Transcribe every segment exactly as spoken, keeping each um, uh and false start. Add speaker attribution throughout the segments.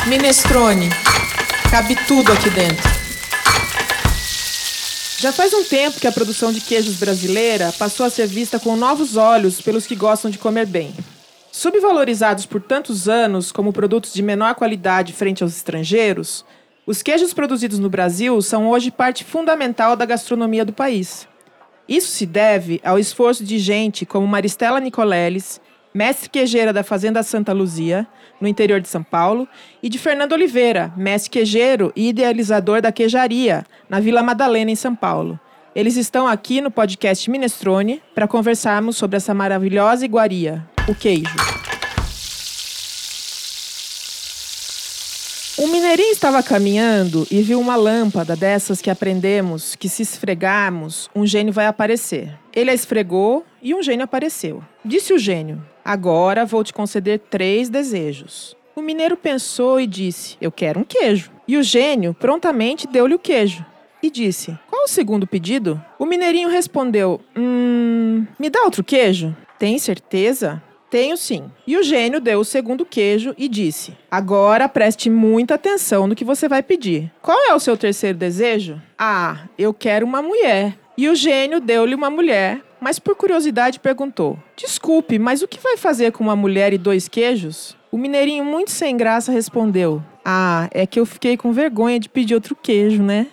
Speaker 1: Minestrone. Cabe tudo aqui dentro. Já faz um tempo que a produção de queijos brasileira passou a ser vista com novos olhos pelos que gostam de comer bem. Subvalorizados por tantos anos como produtos de menor qualidade frente aos estrangeiros, os queijos produzidos no Brasil são hoje parte fundamental da gastronomia do país. Isso se deve ao esforço de gente como Maristela Nicoleles, mestre queijeira da Fazenda Santa Luzia, no interior de São Paulo, e de Fernando Oliveira, mestre queijeiro e idealizador da queijaria, na Vila Madalena, em São Paulo. Eles estão aqui no podcast Minestrone para conversarmos sobre essa maravilhosa iguaria, o queijo. Um mineirinho estava caminhando e viu uma lâmpada dessas que aprendemos que se esfregarmos, um gênio vai aparecer. Ele a esfregou e um gênio apareceu. Disse o gênio: agora vou te conceder três desejos. O mineiro pensou e disse: eu quero um queijo. E o gênio prontamente deu-lhe o queijo e disse: qual o segundo pedido? O mineirinho respondeu: Hum, me dá outro queijo? Tem certeza? Tenho sim. E o gênio deu o segundo queijo e disse: agora preste muita atenção no que você vai pedir. Qual é o seu terceiro desejo? Ah, eu quero uma mulher. E o gênio deu-lhe uma mulher, mas por curiosidade perguntou: desculpe, mas o que vai fazer com uma mulher e dois queijos? O mineirinho, muito sem graça, respondeu: ah, é que eu fiquei com vergonha de pedir outro queijo, né?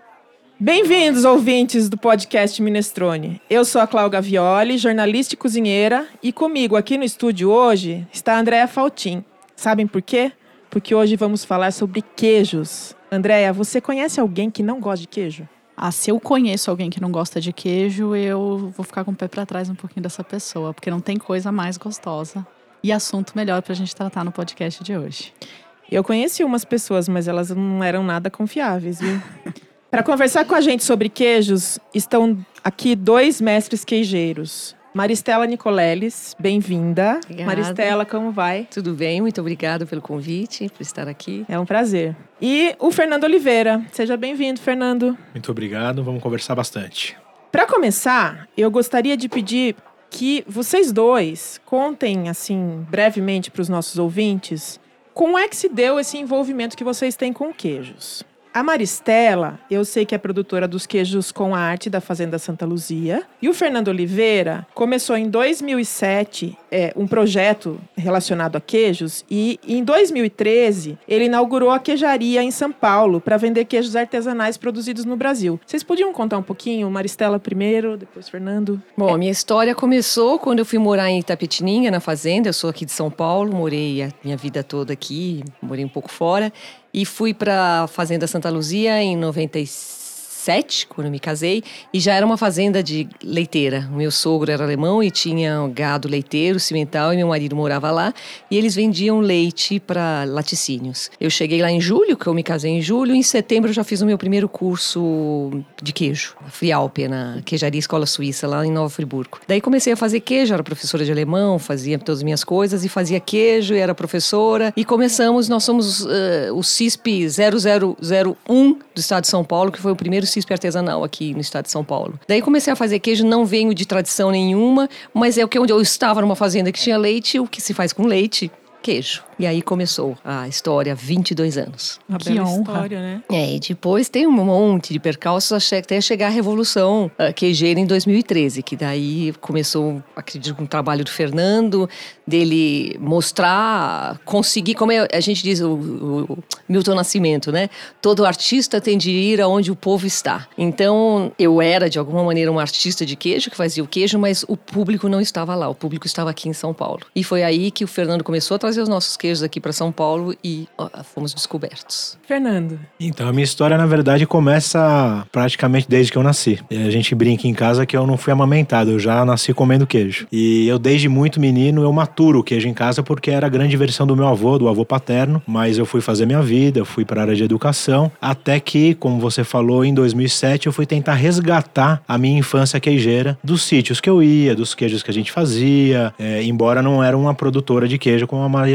Speaker 1: Bem-vindos, ouvintes do podcast Minestrone. Eu sou a Cláudia Gavioli, jornalista e cozinheira, e comigo aqui no estúdio hoje está a Andréa Faltin. Sabem por quê? Porque hoje vamos falar sobre queijos. Andréa, você conhece alguém que não gosta de queijo?
Speaker 2: Ah, se eu conheço alguém que não gosta de queijo, eu vou ficar com o pé pra trás um pouquinho dessa pessoa, porque não tem coisa mais gostosa e assunto melhor pra gente tratar no podcast de hoje.
Speaker 1: Eu conheci umas pessoas, mas elas não eram nada confiáveis, viu? Para conversar com a gente sobre queijos, estão aqui dois mestres queijeiros. Maristela Nicoleles, bem-vinda.
Speaker 3: Obrigada.
Speaker 1: Maristela, como vai?
Speaker 3: Tudo bem, muito obrigada pelo convite, por estar aqui.
Speaker 1: É um prazer. E o Fernando Oliveira. Seja bem-vindo, Fernando.
Speaker 4: Muito obrigado, vamos conversar bastante.
Speaker 1: Para começar, eu gostaria de pedir que vocês dois contem, assim, brevemente para os nossos ouvintes, como é que se deu esse envolvimento que vocês têm com queijos. A Maristela, eu sei que é produtora dos queijos Com a Arte da Fazenda Santa Luzia. E o Fernando Oliveira começou em dois mil e sete é, um projeto relacionado a queijos. E em dois mil e treze, ele inaugurou a queijaria em São Paulo para vender queijos artesanais produzidos no Brasil. Vocês podiam contar um pouquinho? Maristela primeiro, depois Fernando.
Speaker 3: Bom, a minha história começou quando eu fui morar em Itapetininga, na fazenda. Eu sou aqui de São Paulo, morei a minha vida toda aqui, morei um pouco fora. E fui para a Fazenda Santa Luzia em noventa e sete, quando eu me casei, e já era uma fazenda de leiteira. O meu sogro era alemão e tinha gado leiteiro, cimental, e meu marido morava lá, e eles vendiam leite para laticínios. Eu cheguei lá em julho, que eu me casei em julho, e em setembro eu já fiz o meu primeiro curso de queijo, na Frialpe, na queijaria Escola Suíça, lá em Nova Friburgo. Daí comecei a fazer queijo, era professora de alemão, fazia todas as minhas coisas, e fazia queijo, e era professora, e começamos, nós somos uh, o C I S P zero zero zero um do estado de São Paulo, que foi o primeiro C I S P artesanal aqui no estado de São Paulo. Daí comecei a fazer queijo, não venho de tradição nenhuma, mas é o que onde eu estava numa fazenda que tinha leite, o que se faz com leite? Queijo. E aí começou a história há vinte e dois anos.
Speaker 1: Uma
Speaker 2: Que
Speaker 1: bela
Speaker 2: honra.
Speaker 1: história, né?
Speaker 3: É, e depois tem um monte de percalços até chegar a Revolução uh, Queijeira em dois mil e treze, que daí começou, acredito, com o trabalho do Fernando, dele mostrar, conseguir, como é, a gente diz, o, o Milton Nascimento, né? Todo artista tem de ir aonde o povo está. Então, eu era, de alguma maneira, uma artista de queijo, que fazia o queijo, mas o público não estava lá, o público estava aqui em São Paulo. E foi aí que o Fernando começou a trazer os nossos queijos aqui para São Paulo e ó, fomos descobertos.
Speaker 1: Fernando.
Speaker 4: Então, a minha história, na verdade, começa praticamente desde que eu nasci. E a gente brinca em casa que eu não fui amamentado, eu já nasci comendo queijo. E eu, desde muito menino, eu maturo o queijo em casa porque era a grande versão do meu avô, do avô paterno. Mas eu fui fazer minha vida, fui para a área de educação, até que, como você falou, em dois mil e sete eu fui tentar resgatar a minha infância queijeira dos sítios que eu ia, dos queijos que a gente fazia, é, embora não era uma produtora de queijo como a Maria, como a Maria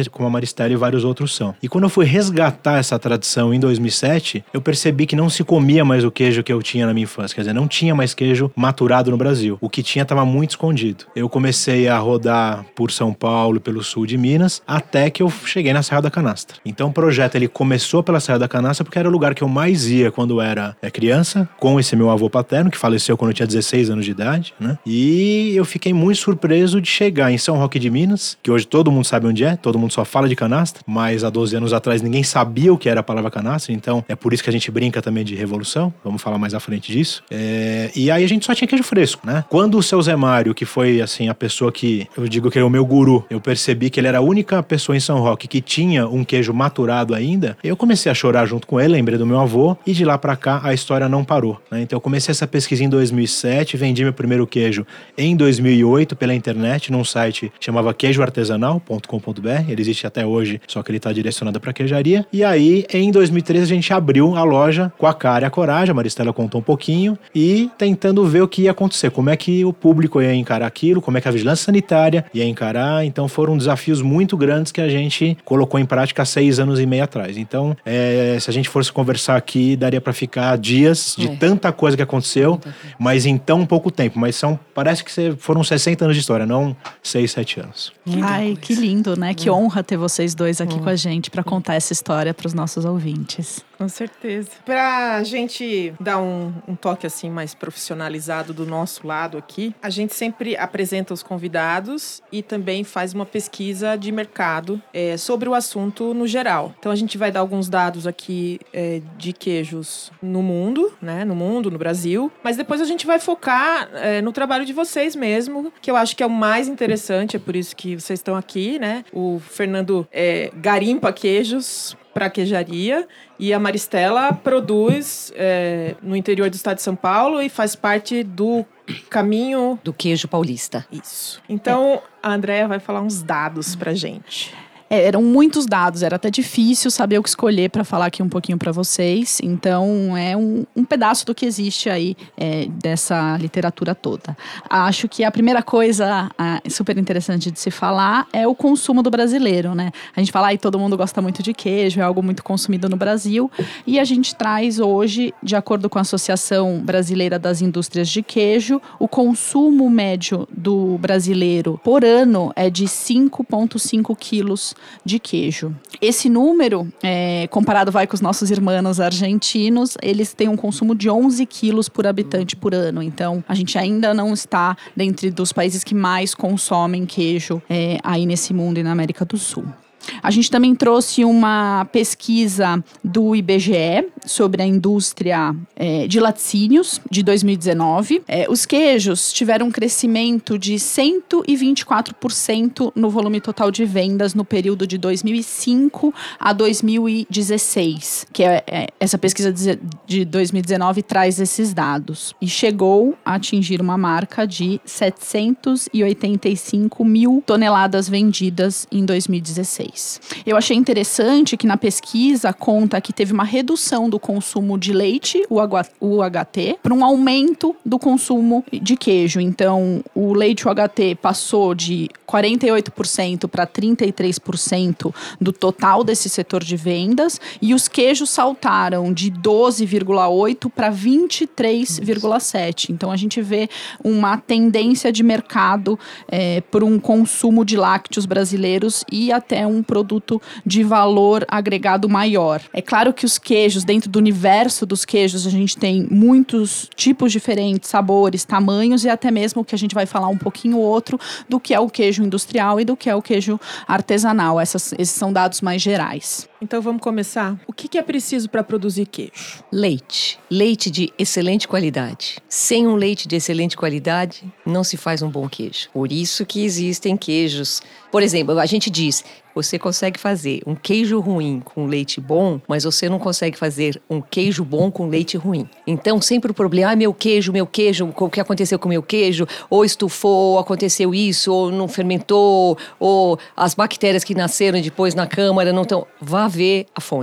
Speaker 4: Maristela e vários outros são. E quando eu fui resgatar essa tradição em dois mil e sete, eu percebi que não se comia mais o queijo que eu tinha na minha infância. Quer dizer, não tinha mais queijo maturado no Brasil. O que tinha estava muito escondido. Eu comecei a rodar por São Paulo e pelo sul de Minas, até que eu cheguei na Serra da Canastra. Então o projeto ele começou pela Serra da Canastra porque era o lugar que eu mais ia quando eu era criança, com esse meu avô paterno, que faleceu quando eu tinha dezesseis anos de idade, né? E eu fiquei muito surpreso de chegar em São Roque de Minas, que hoje todo mundo sabe onde é, todo mundo só fala de canastra, mas há doze anos atrás ninguém sabia o que era a palavra canastra, então é por isso que a gente brinca também de revolução, vamos falar mais à frente disso. É... E aí a gente só tinha queijo fresco, né? Quando o seu Zé Mário, que foi assim a pessoa que, eu digo que ele é o meu guru, eu percebi que ele era a única pessoa em São Roque que tinha um queijo maturado ainda, eu comecei a chorar junto com ele, lembrei do meu avô, e de lá pra cá a história não parou, né? Então eu comecei essa pesquisa em dois mil e sete, vendi meu primeiro queijo em dois mil e oito pela internet, num site que chamava queijo artesanal ponto com ponto b r, ele existe até hoje, só que ele está direcionado para queijaria. E aí, em dois mil e treze, a gente abriu a loja com a cara e a coragem, a Maristela contou um pouquinho, e tentando ver o que ia acontecer, como é que o público ia encarar aquilo, como é que a vigilância sanitária ia encarar. Então foram desafios muito grandes que a gente colocou em prática há seis anos e meio atrás. Então, é, se a gente fosse conversar aqui, daria para ficar dias de é. tanta coisa que aconteceu, mas em tão pouco tempo. Mas são, parece que foram sessenta anos de história, não seis, sete anos.
Speaker 2: Ai, que lindo, né? Que honra ter vocês dois aqui com a gente para contar essa história para os nossos ouvintes.
Speaker 1: Com certeza. Pra gente dar um, um toque assim mais profissionalizado do nosso lado aqui, a gente sempre apresenta os convidados e também faz uma pesquisa de mercado é, sobre o assunto no geral. Então a gente vai dar alguns dados aqui é, de queijos no mundo, né? No mundo, no Brasil. Mas depois a gente vai focar é, no trabalho de vocês mesmo, que eu acho que é o mais interessante, é por isso que vocês estão aqui, né? O Fernando é, garimpa queijos para queijaria e a Maristela produz é, no interior do estado de São Paulo e faz parte do caminho
Speaker 3: do queijo paulista.
Speaker 1: Isso. Então a Andréa vai falar uns dados pra gente.
Speaker 2: É, eram muitos dados, era até difícil saber o que escolher para falar aqui um pouquinho para vocês. Então, é um, um pedaço do que existe aí é, dessa literatura toda. Acho que a primeira coisa a, super interessante de se falar é o consumo do brasileiro, né? A gente fala, e todo mundo gosta muito de queijo, é algo muito consumido no Brasil. E a gente traz hoje, de acordo com a Associação Brasileira das Indústrias de Queijo, o consumo médio do brasileiro por ano é de cinco vírgula cinco quilos de queijo. Esse número, é, comparado vai com os nossos irmãos argentinos, eles têm um consumo de onze quilos por habitante por ano. Então, a gente ainda não está dentre dos países que mais consomem queijo é, aí nesse mundo e na América do Sul. A gente também trouxe uma pesquisa do I B G E sobre a indústria é, de laticínios de dois mil e dezenove. É, os queijos tiveram um crescimento de cento e vinte e quatro por cento no volume total de vendas no período de dois mil e cinco a dois mil e dezesseis, que é, é, essa pesquisa de, de dois mil e dezenove traz esses dados. E chegou a atingir uma marca de setecentos e oitenta e cinco mil toneladas vendidas em dois mil e dezesseis. Eu achei interessante que na pesquisa conta que teve uma redução do consumo de leite, o U H T, para um aumento do consumo de queijo. Então, o leite U H T passou de quarenta e oito por cento para trinta e três por cento do total desse setor de vendas e os queijos saltaram de doze vírgula oito para vinte e três vírgula sete. Então, a gente vê uma tendência de mercado é, por um consumo de lácteos brasileiros e até um produto de valor agregado maior. É claro que os queijos, dentro do universo dos queijos, a gente tem muitos tipos diferentes, sabores, tamanhos e até mesmo o que a gente vai falar um pouquinho outro do que é o queijo industrial e do que é o queijo artesanal. Essas, esses são dados mais gerais.
Speaker 1: Então vamos começar. O que é preciso para produzir queijo?
Speaker 3: Leite. Leite de excelente qualidade. Sem um leite de excelente qualidade, não se faz um bom queijo. Por isso que existem queijos. Por exemplo, a gente diz, você consegue fazer um queijo ruim com leite bom, mas você não consegue fazer um queijo bom com leite ruim. Então, sempre o problema, ah, meu queijo, meu queijo, o que aconteceu com o meu queijo? Ou estufou, ou aconteceu isso, ou não fermentou, ou as bactérias que nasceram depois na câmara não estão... Vá ver a fonte.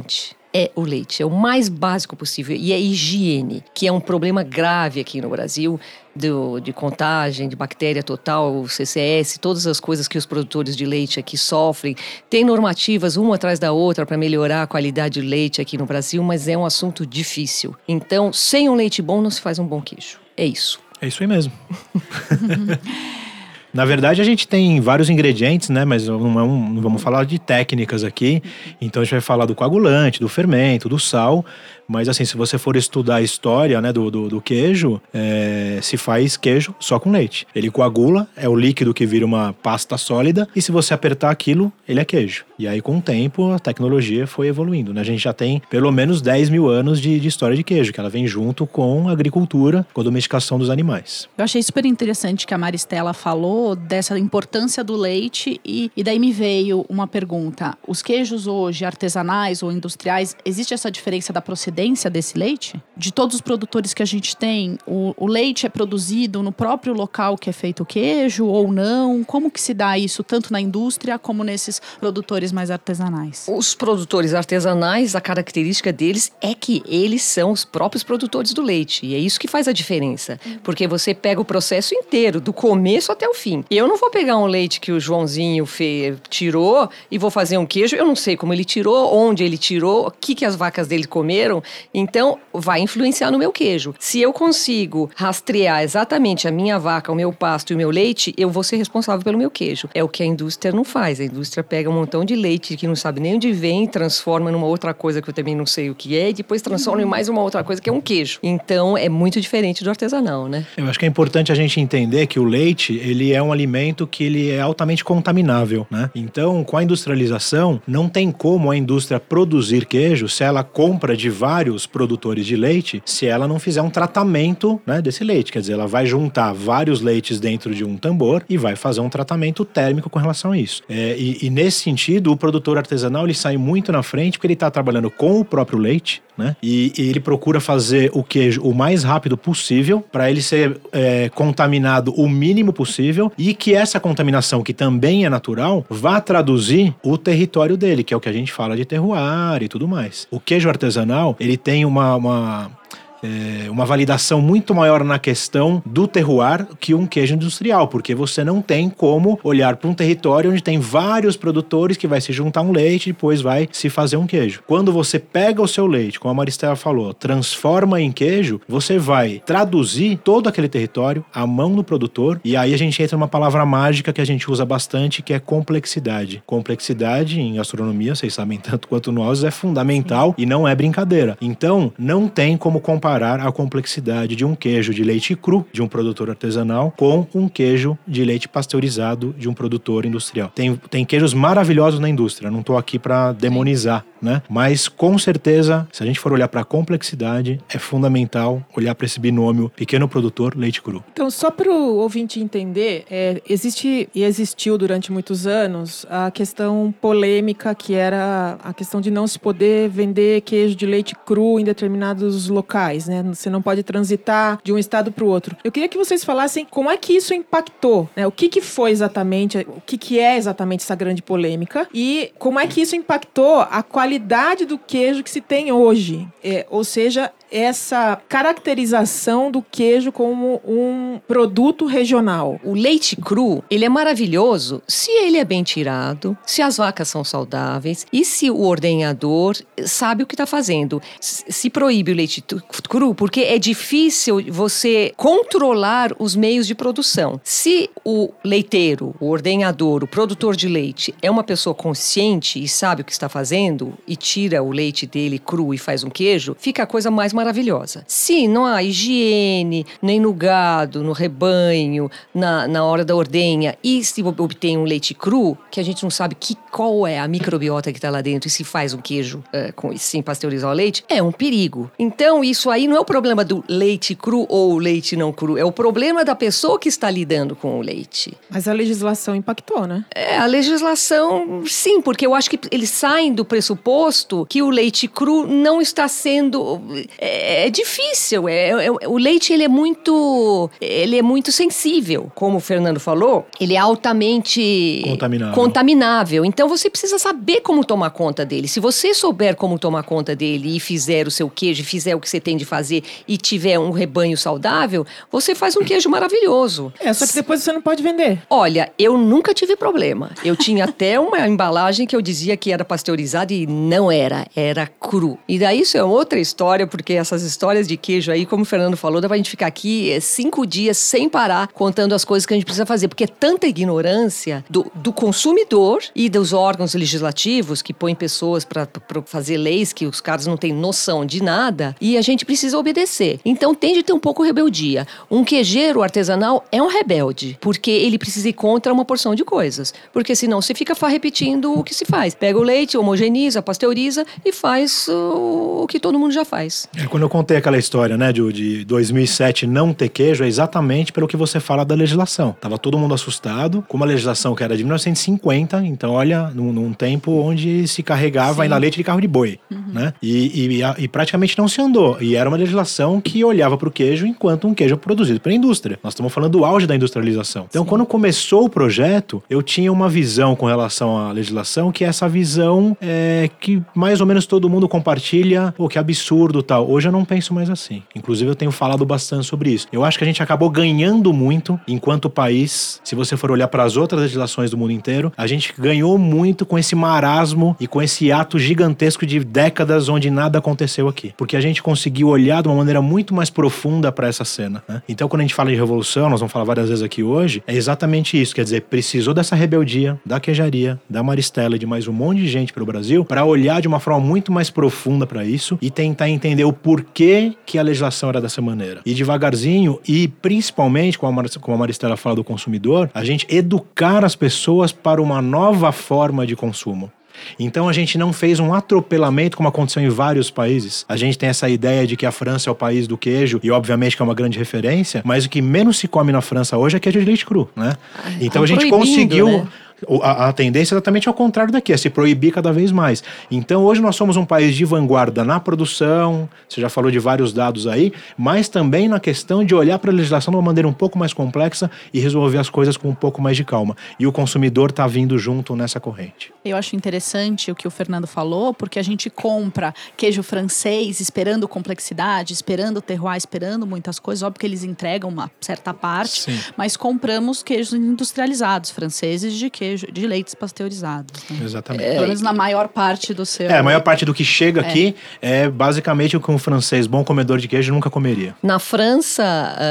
Speaker 3: é o leite. É o mais básico possível. E é higiene, que é um problema grave aqui no Brasil, do, de contagem, de bactéria total, C C S, todas as coisas que os produtores de leite aqui sofrem. Tem normativas uma atrás da outra para melhorar a qualidade de leite aqui no Brasil, mas é um assunto difícil. Então, sem um leite bom não se faz um bom queijo. É isso.
Speaker 4: É isso aí mesmo. Na verdade, a gente tem vários ingredientes, né? Mas não, é um, não vamos falar de técnicas aqui. Então, a gente vai falar do coagulante, do fermento, do sal. Mas, assim, se você for estudar a história, né, do, do, do queijo, é, se faz queijo só com leite. Ele coagula, é o líquido que vira uma pasta sólida. E se você apertar aquilo, ele é queijo. E aí, com o tempo, a tecnologia foi evoluindo, né? A gente já tem pelo menos dez mil anos de, de história de queijo, que ela vem junto com a agricultura, com a domesticação dos animais.
Speaker 2: Eu achei super interessante que a Maristela falou dessa importância do leite e, e daí me veio uma pergunta. Os queijos hoje, artesanais ou industriais, existe essa diferença da procedência desse leite? De todos os produtores que a gente tem, o, o leite é produzido no próprio local que é feito o queijo ou não? Como que se dá isso tanto na indústria como nesses produtores mais artesanais?
Speaker 3: Os produtores artesanais, a característica deles é que eles são os próprios produtores do leite. E é isso que faz a diferença. Porque você pega o processo inteiro, do começo até o fim. Eu não vou pegar um leite que o Joãozinho fe... tirou e vou fazer um queijo. Eu não sei como ele tirou, onde ele tirou, o que, que as vacas dele comeram. Então, vai influenciar no meu queijo. Se eu consigo rastrear exatamente a minha vaca, o meu pasto e o meu leite, eu vou ser responsável pelo meu queijo. É o que a indústria não faz. A indústria pega um montão de leite que não sabe nem onde vem, transforma numa outra coisa que eu também não sei o que é, e depois transforma em mais uma outra coisa que é um queijo. Então, é muito diferente do artesanal, né?
Speaker 4: Eu acho que é importante a gente entender que o leite, ele é um alimento que ele é altamente contaminável, né? Então, com a industrialização, não tem como a indústria produzir queijo se ela compra de vários produtores de leite, se ela não fizer um tratamento, né, desse leite. Quer dizer, ela vai juntar vários leites dentro de um tambor e vai fazer um tratamento térmico com relação a isso. É, e, e nesse sentido, o produtor artesanal, ele sai muito na frente porque ele está trabalhando com o próprio leite, né? E, e ele procura fazer o queijo o mais rápido possível para ele ser é, contaminado o mínimo possível e que essa contaminação, que também é natural, vá traduzir o território dele, que é o que a gente fala de terroir e tudo mais. O queijo artesanal, ele tem uma... uma É uma validação muito maior na questão do terroir que um queijo industrial, porque você não tem como olhar para um território onde tem vários produtores que vai se juntar um leite e depois vai se fazer um queijo. Quando você pega o seu leite, como a Maristela falou, transforma em queijo, você vai traduzir todo aquele território à mão do produtor, e aí a gente entra numa palavra mágica que a gente usa bastante, que é complexidade. Complexidade em gastronomia, vocês sabem tanto quanto nós, é fundamental. Sim. E não é brincadeira. Então, não tem como comparar a complexidade de um queijo de leite cru de um produtor artesanal com um queijo de leite pasteurizado de um produtor industrial. Tem, tem queijos maravilhosos na indústria, não estou aqui para demonizar, né? Mas com certeza, se a gente for olhar para a complexidade, é fundamental olhar para esse binômio pequeno produtor leite cru.
Speaker 1: Então, só para o ouvinte entender, é, existe e existiu durante muitos anos a questão polêmica, que era a questão de não se poder vender queijo de leite cru em determinados locais, né? Você não pode transitar de um estado para o outro. Eu queria que vocês falassem como é que isso impactou, né? O que que foi exatamente, o que que é exatamente essa grande polêmica e como é que isso impactou a qualidade do queijo que se tem hoje. É, ou seja, essa caracterização do queijo como um produto regional.
Speaker 3: O leite cru, ele é maravilhoso se ele é bem tirado, se as vacas são saudáveis e se o ordenhador sabe o que está fazendo. Se proíbe o leite cru, porque é difícil você controlar os meios de produção. Se o leiteiro, o ordenhador, o produtor de leite é uma pessoa consciente e sabe o que está fazendo e tira o leite dele cru e faz um queijo, fica a coisa mais maravilhosa. Se não há higiene, nem no gado, no rebanho, na, na hora da ordenha, e se obtém um leite cru, que a gente não sabe que, qual é a microbiota que está lá dentro e se faz um queijo é, com, sem pasteurizar o leite, é um perigo. Então, isso aí não é o problema do leite cru ou leite não cru, é o problema da pessoa que está lidando com o leite.
Speaker 1: Mas a legislação impactou, né?
Speaker 3: É, a legislação, sim, porque eu acho que eles saem do pressuposto que o leite cru não está sendo... É, é, é difícil. É, é, o leite ele é muito, ele é muito sensível, como o Fernando falou. Ele é altamente
Speaker 4: contaminável.
Speaker 3: contaminável. Então você precisa saber como tomar conta dele. Se você souber como tomar conta dele e fizer o seu queijo, fizer o que você tem de fazer e tiver um rebanho saudável, você faz um queijo maravilhoso.
Speaker 1: É, só que depois você não pode vender.
Speaker 3: Olha, eu nunca tive problema. Eu tinha até uma embalagem que eu dizia que era pasteurizada e não era, era cru. E daí isso é outra história, porque essas histórias de queijo aí, como o Fernando falou, dá pra gente ficar aqui cinco dias sem parar contando as coisas que a gente precisa fazer, porque é tanta ignorância do, do consumidor e dos órgãos legislativos que põem pessoas para fazer leis que os caras não têm noção de nada e a gente precisa obedecer. Então tem de ter um pouco rebeldia. Um queijeiro artesanal é um rebelde, porque ele precisa ir contra uma porção de coisas, porque senão você fica repetindo o que se faz. Pega o leite, homogeniza, pasteuriza e faz o, o que todo mundo já faz.
Speaker 4: É, quando eu contei aquela história, né, de, de dois mil e sete não ter queijo, é exatamente pelo que você fala da legislação. Tava todo mundo assustado com uma legislação que era de mil novecentos e cinquenta, então olha, num, num tempo onde se carregava Sim. ainda leite de carro de boi, uhum. né? E, e, e praticamente não se andou. E era uma legislação que olhava para o queijo enquanto um queijo produzido pela indústria. Nós estamos falando do auge da industrialização. Então, Sim. quando começou o projeto, eu tinha uma visão com relação à legislação, que é essa visão é, que mais ou menos todo mundo compartilha, pô, que absurdo tal. Hoje eu não penso mais assim. Inclusive, eu tenho falado bastante sobre isso. Eu acho que a gente acabou ganhando muito enquanto país. Se você for olhar para as outras legislações do mundo inteiro, a gente ganhou muito com esse marasmo e com esse ato gigantesco de décadas onde nada aconteceu aqui. Porque a gente conseguiu olhar de uma maneira muito mais profunda para essa cena, né? Então, quando a gente fala de revolução, nós vamos falar várias vezes aqui hoje, é exatamente isso. Quer dizer, precisou dessa rebeldia, da queijaria, da Maristela e de mais um monte de gente pelo Brasil para olhar de uma forma muito mais profunda para isso e tentar entender o porquê que a legislação era dessa maneira. E devagarzinho, e principalmente, como a, Mar- como a Maristela fala do consumidor, a gente educar as pessoas para uma nova forma de consumo. Então a gente não fez um atropelamento como aconteceu em vários países. A gente tem essa ideia de que a França é o país do queijo e obviamente que é uma grande referência, mas o que menos se come na França hoje é queijo de leite cru, né? Ai, então a gente conseguiu... Né? A, a tendência é exatamente ao contrário daqui, é se proibir cada vez mais. Então hoje nós somos um país de vanguarda na produção, você já falou de vários dados aí, mas também na questão de olhar para a legislação de uma maneira um pouco mais complexa e resolver as coisas com um pouco mais de calma. E o consumidor está vindo junto nessa corrente.
Speaker 2: Eu acho interessante o que o Fernando falou, porque a gente compra queijo francês esperando complexidade, esperando terroir, esperando muitas coisas. Óbvio que eles entregam uma certa parte, Sim. mas compramos queijos industrializados, franceses de queijo de leites pasteurizados. Né?
Speaker 4: Exatamente.
Speaker 2: Pelo menos na maior parte do seu...
Speaker 4: É, a maior parte do que chega é. aqui é basicamente o que um francês bom comedor de queijo nunca comeria.
Speaker 3: Na França,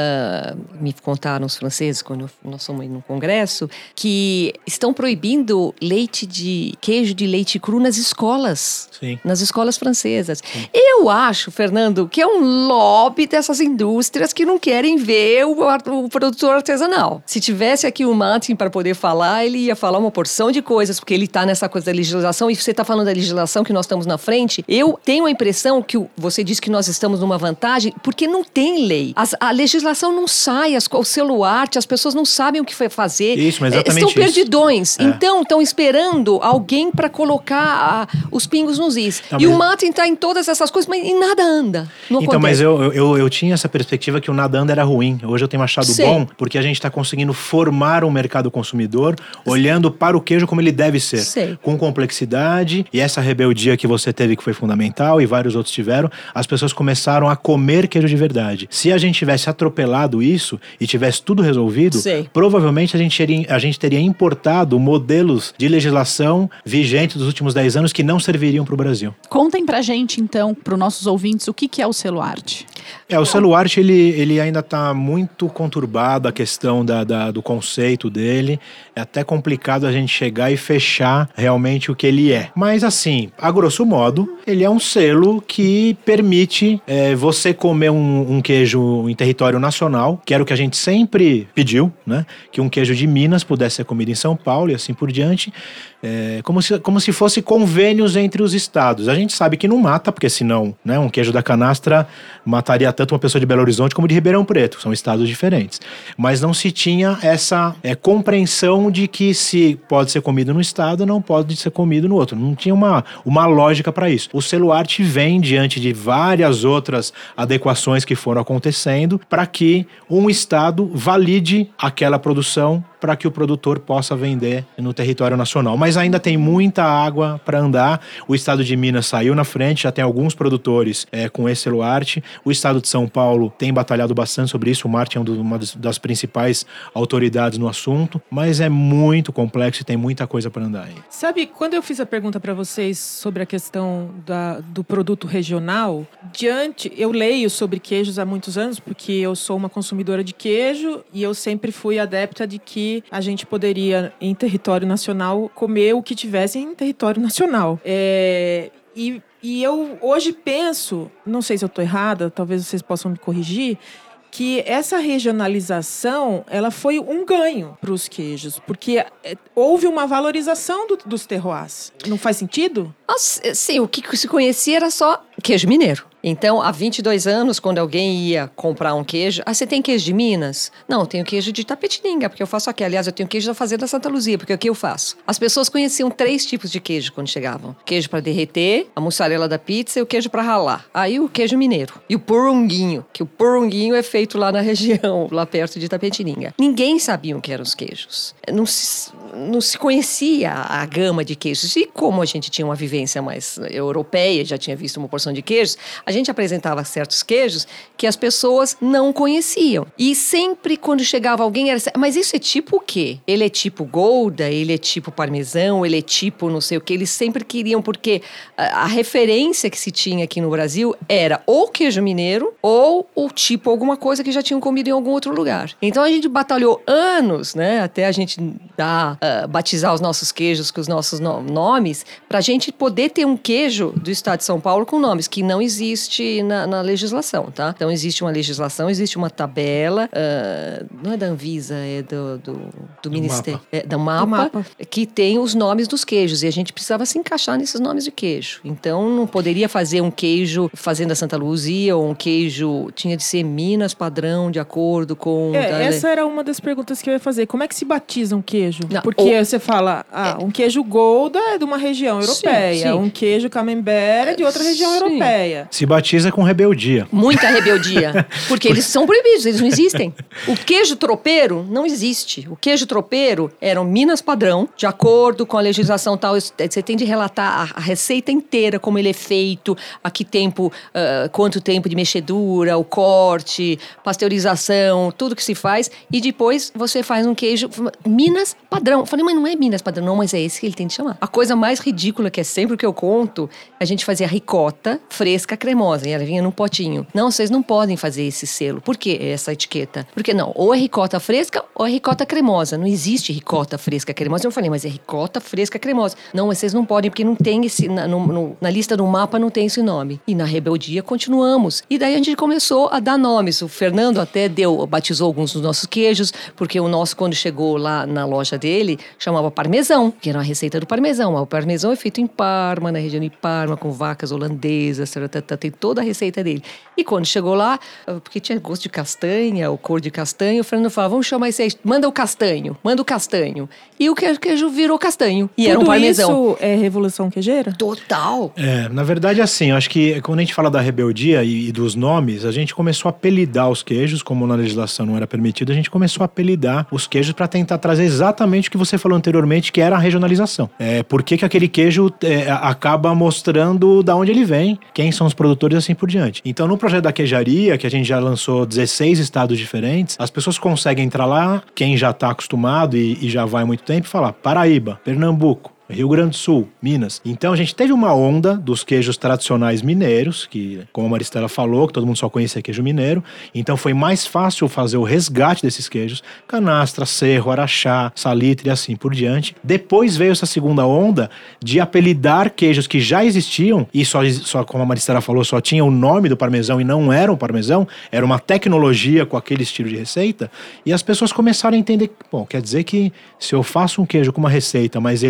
Speaker 3: uh, me contaram os franceses, quando nós fomos no congresso, que estão proibindo leite de queijo de leite cru nas escolas.
Speaker 4: Sim.
Speaker 3: Nas escolas francesas. Sim. Eu acho, Fernando, que é um lobby dessas indústrias que não querem ver o, o produtor artesanal. Se tivesse aqui o Martin para poder falar, ele ia falar uma porção de coisas, porque ele está nessa coisa da legislação, e você está falando da legislação que nós estamos na frente. Eu tenho a impressão que você disse que nós estamos numa vantagem, porque não tem lei. As, a legislação não sai, as, o celular, as pessoas não sabem o que fazer.
Speaker 4: Isso, mas exatamente
Speaker 3: Estão
Speaker 4: isso.
Speaker 3: perdidões.
Speaker 4: É.
Speaker 3: Então, estão esperando alguém para colocar a, os pingos nos is. Não, e mas... o Martin está em todas essas coisas, mas e nada anda. Não
Speaker 4: então,
Speaker 3: acontece.
Speaker 4: mas eu, eu, eu tinha essa perspectiva que o nada anda era ruim. Hoje eu tenho achado Sei. bom, porque a gente está conseguindo formar um mercado consumidor, olhando para o queijo como ele deve ser.
Speaker 3: Sei.
Speaker 4: Com complexidade, e essa rebeldia que você teve que foi fundamental, e vários outros tiveram, as pessoas começaram a comer queijo de verdade. Se a gente tivesse atropelado isso e tivesse tudo resolvido,
Speaker 3: Sei.
Speaker 4: provavelmente a gente, teria, a gente teria importado modelos de legislação vigentes dos últimos dez anos que não serviriam para o Brasil.
Speaker 2: Contem pra gente, então, para os nossos ouvintes, o que, que é o selo arte.
Speaker 4: É, o selo arte, ele, ele ainda está muito conturbado, a questão da, da, do conceito dele. É até complicado a gente chegar e fechar realmente o que ele é. Mas assim, a grosso modo, ele é um selo que permite é, você comer um, um queijo em território nacional, que era o que a gente sempre pediu, né? Que um queijo de Minas pudesse ser comido em São Paulo e assim por diante. é, como, se, como se fosse convênios entre os estados. A gente sabe que não mata, porque senão, né, um queijo da canastra mataria tanto uma pessoa de Belo Horizonte como de Ribeirão Preto, são estados diferentes. Mas não se tinha essa é, compreensão de que se pode ser comido no estado, não pode ser comido no outro. Não tinha uma, uma lógica para isso. O Seluarte vem diante de várias outras adequações que foram acontecendo para que um estado valide aquela produção para que o produtor possa vender no território nacional. Mas ainda tem muita água para andar. O estado de Minas saiu na frente, já tem alguns produtores é, com esse Seluarte. O estado de São Paulo tem batalhado bastante sobre isso. O Martin é uma das principais autoridades no assunto, mas é muito complexo e tem muita coisa para andar aí.
Speaker 1: Sabe, quando eu fiz a pergunta para vocês sobre a questão da, do produto regional, diante, eu leio sobre queijos há muitos anos, porque eu sou uma consumidora de queijo e eu sempre fui adepta de que a gente poderia, em território nacional, comer o que tivesse em território nacional. É, e, e eu hoje penso, não sei se eu estou errada, talvez vocês possam me corrigir, que essa regionalização ela foi um ganho para os queijos, porque houve uma valorização do, dos terroirs. Não faz sentido?
Speaker 3: Nossa, sim, o que se conhecia era só queijo mineiro. Então, há vinte e dois anos, quando alguém ia comprar um queijo... Ah, você tem queijo de Minas? Não, eu tenho queijo de Itapetininga, porque eu faço aqui. Aliás, eu tenho queijo da Fazenda Santa Luzia, porque aqui eu faço. As pessoas conheciam três tipos de queijo quando chegavam. Queijo para derreter, a mussarela da pizza e o queijo para ralar. Aí o queijo mineiro. E o porunguinho, que o porunguinho é feito lá na região, lá perto de Itapetininga. Ninguém sabia o que eram os queijos. Não se, não se conhecia a gama de queijos. E como a gente tinha uma vivência mais europeia, já tinha visto uma porção de queijos, a gente apresentava certos queijos que as pessoas não conheciam. E sempre quando chegava alguém era assim, mas isso é tipo o quê? Ele é tipo Gouda, ele é tipo parmesão, ele é tipo não sei o quê. Eles sempre queriam, porque a, a referência que se tinha aqui no Brasil era ou queijo mineiro ou o tipo alguma coisa que já tinham comido em algum outro lugar. Então a gente batalhou anos, né, até a gente dar, uh, batizar os nossos queijos com os nossos no- nomes, pra gente poder ter um queijo do estado de São Paulo com nomes que não existe Na, na legislação, tá? Então existe uma legislação, existe uma tabela, uh, não é da Anvisa, é do, do, do, do Ministério,
Speaker 4: mapa.
Speaker 3: É, do, mapa,
Speaker 1: do mapa,
Speaker 3: que tem os nomes dos queijos e a gente precisava se encaixar nesses nomes de queijo. Então não poderia fazer um queijo Fazenda Santa Luzia ou um queijo, tinha de ser Minas padrão, de acordo com...
Speaker 1: É,
Speaker 3: da,
Speaker 1: essa era uma das perguntas que eu ia fazer. Como é que se batiza um queijo?
Speaker 3: Não,
Speaker 1: Porque
Speaker 3: ou,
Speaker 1: você fala, ah, um queijo Gouda é de uma região europeia,
Speaker 3: sim.
Speaker 1: um queijo Camembert é de outra região
Speaker 3: Sim.
Speaker 1: europeia.
Speaker 4: Se batiza com rebeldia.
Speaker 3: Muita rebeldia, porque eles são proibidos, eles não existem. O queijo tropeiro não existe. O queijo tropeiro eram Minas padrão, de acordo com a legislação tal, você tem de relatar a, a receita inteira, como ele é feito, a que tempo, uh, quanto tempo de mexedura, o corte, pasteurização, tudo que se faz, e depois você faz um queijo Minas padrão. Eu falei, mas não é Minas padrão, não, mas é esse que ele tem de chamar. A coisa mais ridícula, que é sempre o que eu conto, a gente fazia ricota fresca cremosa, e ela vinha num potinho. Não, vocês não podem fazer esse selo. Por que essa etiqueta? Porque não, ou é ricota fresca ou é ricota cremosa. Não existe ricota fresca cremosa. Eu falei, mas é ricota fresca cremosa. Não, mas vocês não podem, porque não tem esse, na, no, no, na lista do mapa não tem esse nome. E na rebeldia continuamos. E daí a gente começou a dar nomes. O Fernando até deu, batizou alguns dos nossos queijos, porque o nosso, quando chegou lá na loja dele, chamava parmesão, que era uma receita do parmesão. O parmesão é feito em Parma, na região de Parma, com vacas holandesas, tem toda a receita dele. E quando chegou lá, porque tinha gosto de castanha, ou cor de castanho, o Fernando falava, vamos chamar esse aí, manda o castanho, manda o castanho. E o queijo virou castanho. E
Speaker 1: Tudo
Speaker 3: era um parmesão.
Speaker 1: isso é revolução queijeira?
Speaker 3: Total.
Speaker 4: É, na verdade, assim, eu acho que quando a gente fala da rebeldia e, e dos nomes, a gente começou a apelidar os queijos, como na legislação não era permitido, a gente começou a apelidar os queijos para tentar trazer exatamente o que você falou anteriormente, que era a regionalização. É, por que que aquele queijo é, acaba mostrando da onde ele vem, quem são os produtores e assim por diante. Então, no projeto da queijaria, que a gente já lançou dezesseis estados diferentes, as pessoas conseguem entrar lá, quem já está acostumado e, e já vai há muito tempo, e falar Paraíba, Pernambuco, Rio Grande do Sul, Minas. Então a gente teve uma onda dos queijos tradicionais mineiros, que, como a Maristela falou, que todo mundo só conhecia queijo mineiro. Então foi mais fácil fazer o resgate desses queijos, canastra, cerro, araxá, salitre e assim por diante. Depois veio essa segunda onda de apelidar queijos que já existiam e só, só como a Maristela falou, só tinha o nome do parmesão e não era um parmesão, era uma tecnologia com aquele estilo de receita. E as pessoas começaram a entender, bom, quer dizer que se eu faço um queijo com uma receita, mas ele é feito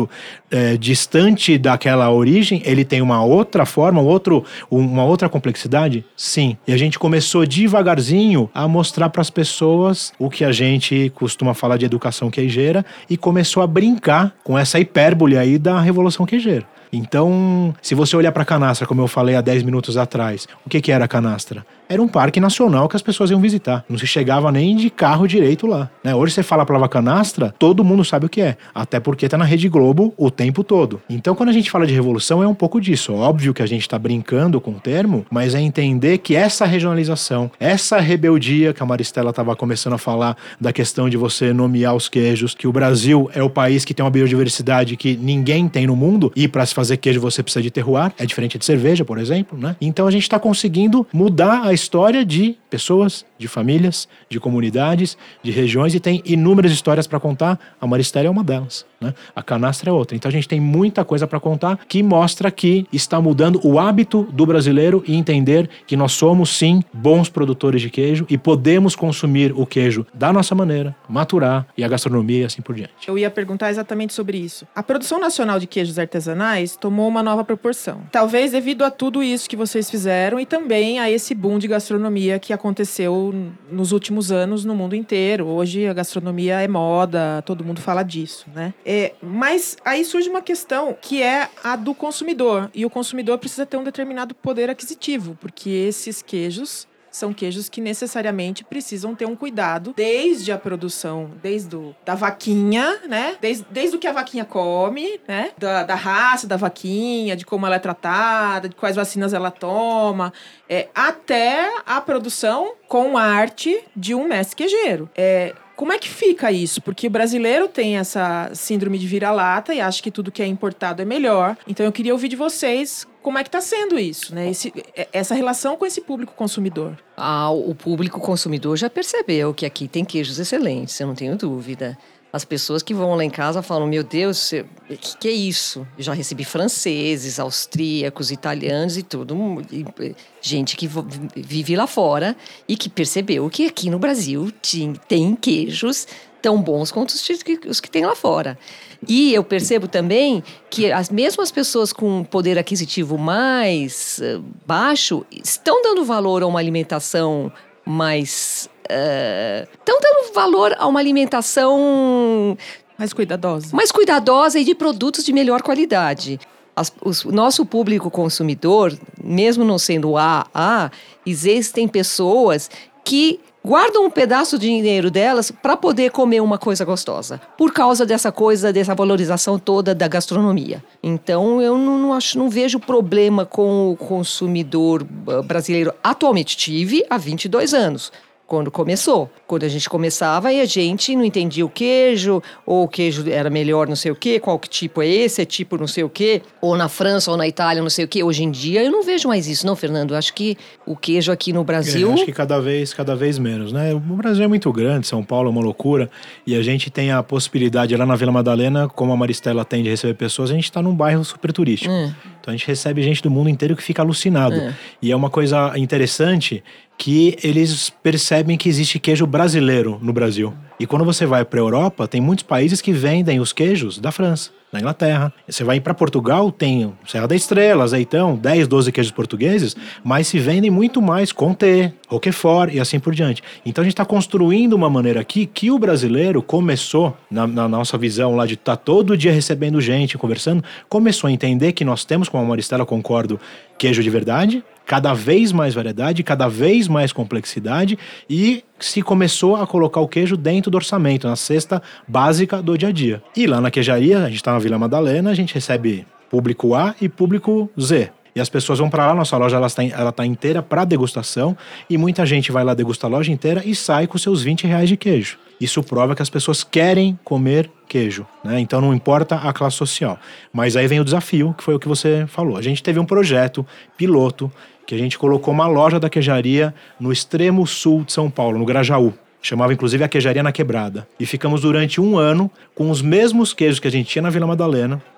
Speaker 4: muito é, distante daquela origem, ele tem uma outra forma, outro, uma outra complexidade? Sim. E a gente começou devagarzinho a mostrar para as pessoas o que a gente costuma falar de educação queijeira e começou a brincar com essa hipérbole aí da Revolução Queijeira. Então, se você olhar para a canastra, como eu falei há dez minutos atrás, o que, que era a canastra? Era um parque nacional que as pessoas iam visitar. Não se chegava nem de carro direito lá, né? Hoje você fala a palavra canastra, todo mundo sabe o que é. Até porque tá na Rede Globo o tempo todo. Então, quando a gente fala de revolução, é um pouco disso. Óbvio que a gente tá brincando com o termo, mas é entender que essa regionalização, essa rebeldia que a Maristela tava começando a falar da questão de você nomear os queijos, que o Brasil é o país que tem uma biodiversidade que ninguém tem no mundo, e para se fazer queijo você precisa de terroir, é diferente de cerveja, por exemplo, né? Então a gente tá conseguindo mudar a história de pessoas, de famílias, de comunidades, de regiões, e tem inúmeras histórias para contar. A Maristela é uma delas, né? A canastra é outra. Então a gente tem muita coisa para contar que mostra que está mudando o hábito do brasileiro e entender que nós somos sim bons produtores de queijo e podemos consumir o queijo da nossa maneira, maturar, e a gastronomia e assim por diante.
Speaker 1: Eu ia perguntar exatamente sobre isso. A produção nacional de queijos artesanais tomou uma nova proporção. Talvez devido a tudo isso que vocês fizeram e também a esse boom de gastronomia que aconteceu nos últimos anos no mundo inteiro. Hoje a gastronomia é moda, todo mundo fala disso, né? É, mas aí surge uma questão que é a do consumidor. E o consumidor precisa ter um determinado poder aquisitivo, porque esses queijos são queijos que necessariamente precisam ter um cuidado desde a produção, desde o, da vaquinha, né? Desde, desde o que a vaquinha come, né? Da, da raça da vaquinha, de como ela é tratada, de quais vacinas ela toma, é, até a produção com arte de um mestre queijeiro. É, como é que fica isso? Porque o brasileiro tem essa síndrome de vira-lata e acha que tudo que é importado é melhor. Então eu queria ouvir de vocês como é que está sendo isso, né? Esse, essa relação com esse público consumidor.
Speaker 3: Ah, o público consumidor já percebeu que aqui tem queijos excelentes, eu não tenho dúvida. As pessoas que vão lá em casa falam, meu Deus, o que, que é isso? Eu já recebi franceses, austríacos, italianos e tudo. E gente que vive lá fora e que percebeu que aqui no Brasil tem queijos tão bons quanto os que, os que tem lá fora. E eu percebo também que as mesmas pessoas com poder aquisitivo mais uh, baixo estão dando valor a uma alimentação mais... Estão uh, dando valor a uma alimentação...
Speaker 1: Mais cuidadosa.
Speaker 3: Mais cuidadosa e de produtos de melhor qualidade. As, os, o nosso público consumidor, mesmo não sendo A A, existem pessoas que guardam um pedaço de dinheiro delas para poder comer uma coisa gostosa, por causa dessa coisa, dessa valorização toda da gastronomia. Então, eu não, não, acho, não vejo problema com o consumidor brasileiro. Atualmente, tive há vinte e dois anos. Quando começou. Quando a gente começava e a gente não entendia o queijo, ou o queijo era melhor não sei o quê, qual que tipo é esse, é tipo não sei o quê, ou na França ou na Itália não sei o quê. Hoje em dia eu não vejo mais isso, não, Fernando? Eu acho que o queijo aqui no Brasil...
Speaker 4: É, acho que cada vez, cada vez menos, né? O Brasil é muito grande, São Paulo é uma loucura, e a gente tem a possibilidade lá na Vila Madalena, como a Maristela tem de receber pessoas, a gente está num bairro super turístico. Hum. Então a gente recebe gente do mundo inteiro que fica alucinado. Hum. E é uma coisa interessante que eles percebem que existe queijo brasileiro no Brasil. E quando você vai para a Europa, tem muitos países que vendem os queijos da França, da Inglaterra. Você vai para Portugal, tem Serra da Estrela, Azeitão, dez, doze queijos portugueses, mas se vendem muito mais Comté, Roquefort e assim por diante. Então a gente está construindo uma maneira aqui que o brasileiro começou, na, na nossa visão lá de estar tá todo dia recebendo gente, conversando, começou a entender que nós temos, como a Maristela, concordo, queijo de verdade, cada vez mais variedade, cada vez mais complexidade, e se começou a colocar o queijo dentro do orçamento, na cesta básica do dia a dia. E lá na queijaria, a gente está na Vila Madalena, a gente recebe público A e público Z. E as pessoas vão para lá, nossa loja ela está, ela está inteira para degustação, e muita gente vai lá degustar a loja inteira e sai com seus vinte reais de queijo. Isso prova que as pessoas querem comer queijo, né? Então não importa a classe social. Mas aí vem o desafio, que foi o que você falou. A gente teve um projeto piloto que a gente colocou uma loja da queijaria no extremo sul de São Paulo, no Grajaú. Chamava inclusive a Queijaria na Quebrada. E ficamos durante um ano com os mesmos queijos que a gente tinha na Vila Madalena,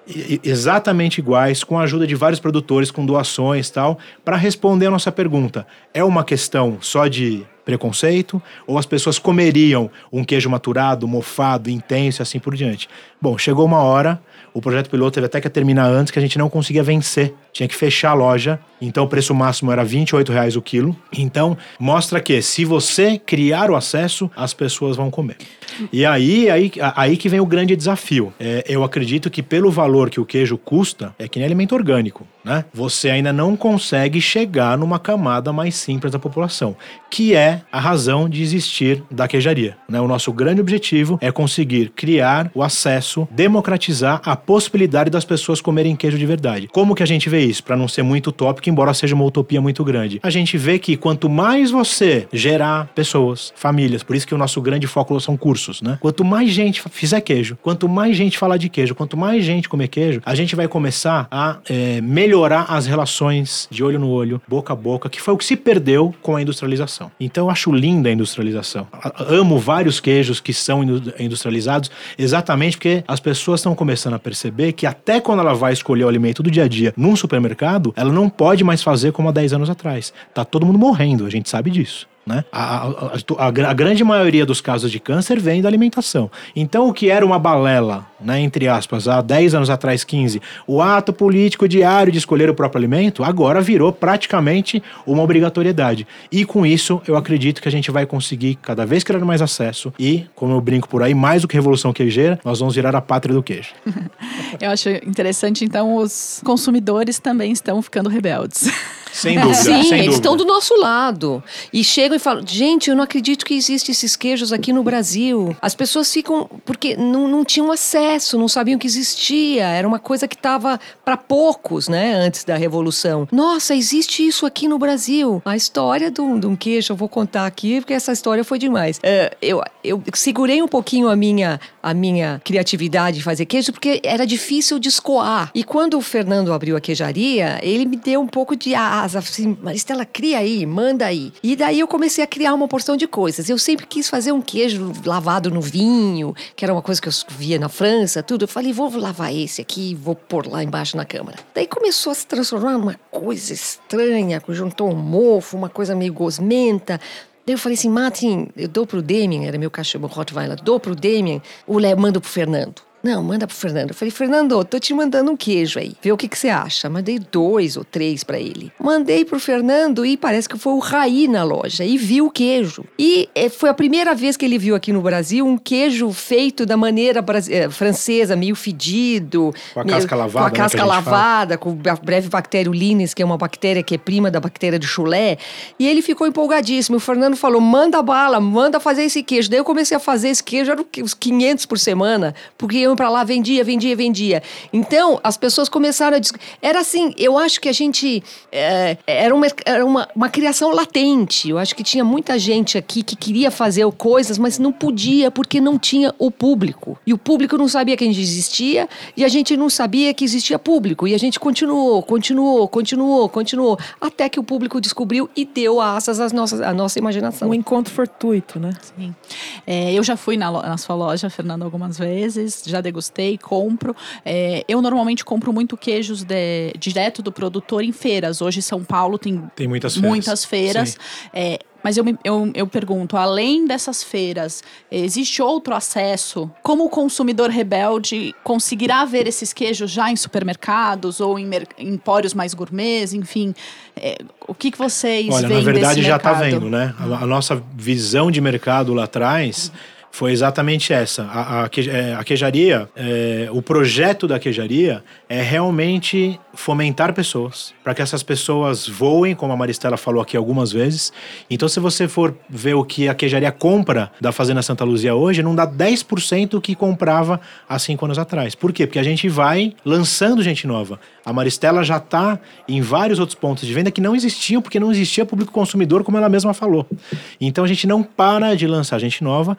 Speaker 4: exatamente iguais, com a ajuda de vários produtores, com doações e tal, para responder a nossa pergunta. É uma questão só de preconceito, ou as pessoas comeriam um queijo maturado, mofado, intenso e assim por diante? Bom, chegou uma hora, o projeto piloto teve até que terminar antes, que a gente não conseguia vencer, tinha que fechar a loja, então o preço máximo era vinte e oito reais o quilo. Então, mostra que se você criar o acesso, as pessoas vão comer. E aí, aí, aí que vem o grande desafio. É, eu acredito que pelo valor que o queijo custa, é que nem alimento orgânico, né? Você ainda não consegue chegar numa camada mais simples da população, que é a razão de existir da queijaria, né? O nosso grande objetivo é conseguir criar o acesso, democratizar a possibilidade das pessoas comerem queijo de verdade. Como que a gente vê isso? Para não ser muito utópico, embora seja uma utopia muito grande. A gente vê que quanto mais você gerar pessoas, famílias, por isso que o nosso grande foco são cursos, né? Quanto mais gente fizer queijo, quanto mais gente falar de queijo, quanto mais gente comer queijo, a gente vai começar a é, melhorar as relações de olho no olho, boca a boca, que foi o que se perdeu com a industrialização. Então eu acho linda a industrialização. Amo vários queijos que são industrializados, exatamente porque as pessoas estão começando a perceber que até quando ela vai escolher o alimento do dia a dia num supermercado, ela não pode mais fazer como há dez anos atrás. Tá todo mundo morrendo, a gente sabe disso. Né? A, a, a, a grande maioria dos casos de câncer vem da alimentação. Então o que era uma balela, né, entre aspas, há dez anos atrás, quinze, o ato político diário de escolher o próprio alimento, agora virou praticamente uma obrigatoriedade. E com isso eu acredito que a gente vai conseguir cada vez criar mais acesso e, como eu brinco por aí, mais do que revolução queijeira, nós vamos virar a pátria do queijo.
Speaker 2: Eu acho interessante, então, os consumidores também estão ficando rebeldes.
Speaker 4: Sem dúvida.
Speaker 3: Sim,
Speaker 4: sem
Speaker 3: eles
Speaker 4: dúvida.
Speaker 3: estão do nosso lado. E chegam e falam, gente, eu não acredito que existem esses queijos aqui no Brasil. As pessoas ficam, porque não, não tinham acesso, não sabiam que existia. Era uma coisa que estava para poucos, né, antes da Revolução. Nossa, existe isso aqui no Brasil. A história de um, de um queijo, eu vou contar aqui, porque essa história foi demais. É, eu, eu segurei um pouquinho a minha, a minha criatividade de fazer queijo, porque era difícil de escoar. E quando o Fernando abriu a queijaria, ele me deu um pouco de asa, assim, Maristela, cria aí, manda aí. E daí eu comecei a criar uma porção de coisas. Eu sempre quis fazer um queijo lavado no vinho, que era uma coisa que eu via na França, tudo. Eu falei, vou lavar esse aqui, vou pôr lá embaixo na câmara. Daí começou a se transformar numa coisa estranha, juntou um mofo, uma coisa meio gosmenta. Daí eu falei assim, Martin, eu dou pro Damien, era meu cachorro Rottweiler, dou pro Damien, o Léo manda pro Fernando. Não, manda pro Fernando. Eu falei, Fernando, tô te mandando um queijo aí. Vê o que que você acha. Mandei dois ou três pra ele. Mandei pro Fernando e parece que foi o Raí na loja e viu o queijo. E é, foi a primeira vez que ele viu aqui no Brasil um queijo feito da maneira é, francesa, meio fedido.
Speaker 4: Com a
Speaker 3: meio,
Speaker 4: casca lavada.
Speaker 3: Com a casca
Speaker 4: né, a
Speaker 3: lavada, com a Brevibacteriolines, que é uma bactéria que é prima da bactéria do chulé. E ele ficou empolgadíssimo. O Fernando falou, manda bala, manda fazer esse queijo. Daí eu comecei a fazer esse queijo, era uns quinhentos por semana, porque eu pra lá, vendia, vendia, vendia. Então, as pessoas começaram a... Dis... Era assim, eu acho que a gente... É, era uma, era uma, uma criação latente. Eu acho que tinha muita gente aqui que queria fazer coisas, mas não podia, porque não tinha o público. E o público não sabia que a gente existia, e a gente não sabia que existia público. E a gente continuou, continuou, continuou, continuou, até que o público descobriu e deu asas às nossas, à nossa imaginação.
Speaker 1: Um encontro fortuito, né?
Speaker 2: Sim. É, eu já fui na, na sua loja, Fernando, algumas vezes, já degustei, compro. É, eu normalmente compro muito queijos de, direto do produtor em feiras. Hoje São Paulo tem,
Speaker 4: tem muitas feiras.
Speaker 2: Muitas feiras. É, mas eu, me, eu, eu pergunto, além dessas feiras, existe outro acesso? Como o consumidor rebelde conseguirá ver esses queijos já em supermercados ou em mer- empórios mais gourmets, enfim? É, o que, que vocês
Speaker 4: Olha,
Speaker 2: veem
Speaker 4: na verdade
Speaker 2: desse
Speaker 4: já
Speaker 2: mercado?
Speaker 4: está vendo, né? A, a nossa visão de mercado lá atrás... foi exatamente essa. A, a, a queijaria, é, o projeto da queijaria é realmente fomentar pessoas, para que essas pessoas voem, como a Maristela falou aqui algumas vezes. Então, se você for ver o que a queijaria compra da Fazenda Santa Luzia hoje, não dá dez por cento do que comprava há cinco anos atrás. Por quê? Porque a gente vai lançando gente nova. A Maristela já está em vários outros pontos de venda que não existiam, porque não existia público consumidor, como ela mesma falou. Então, a gente não para de lançar gente nova. Ao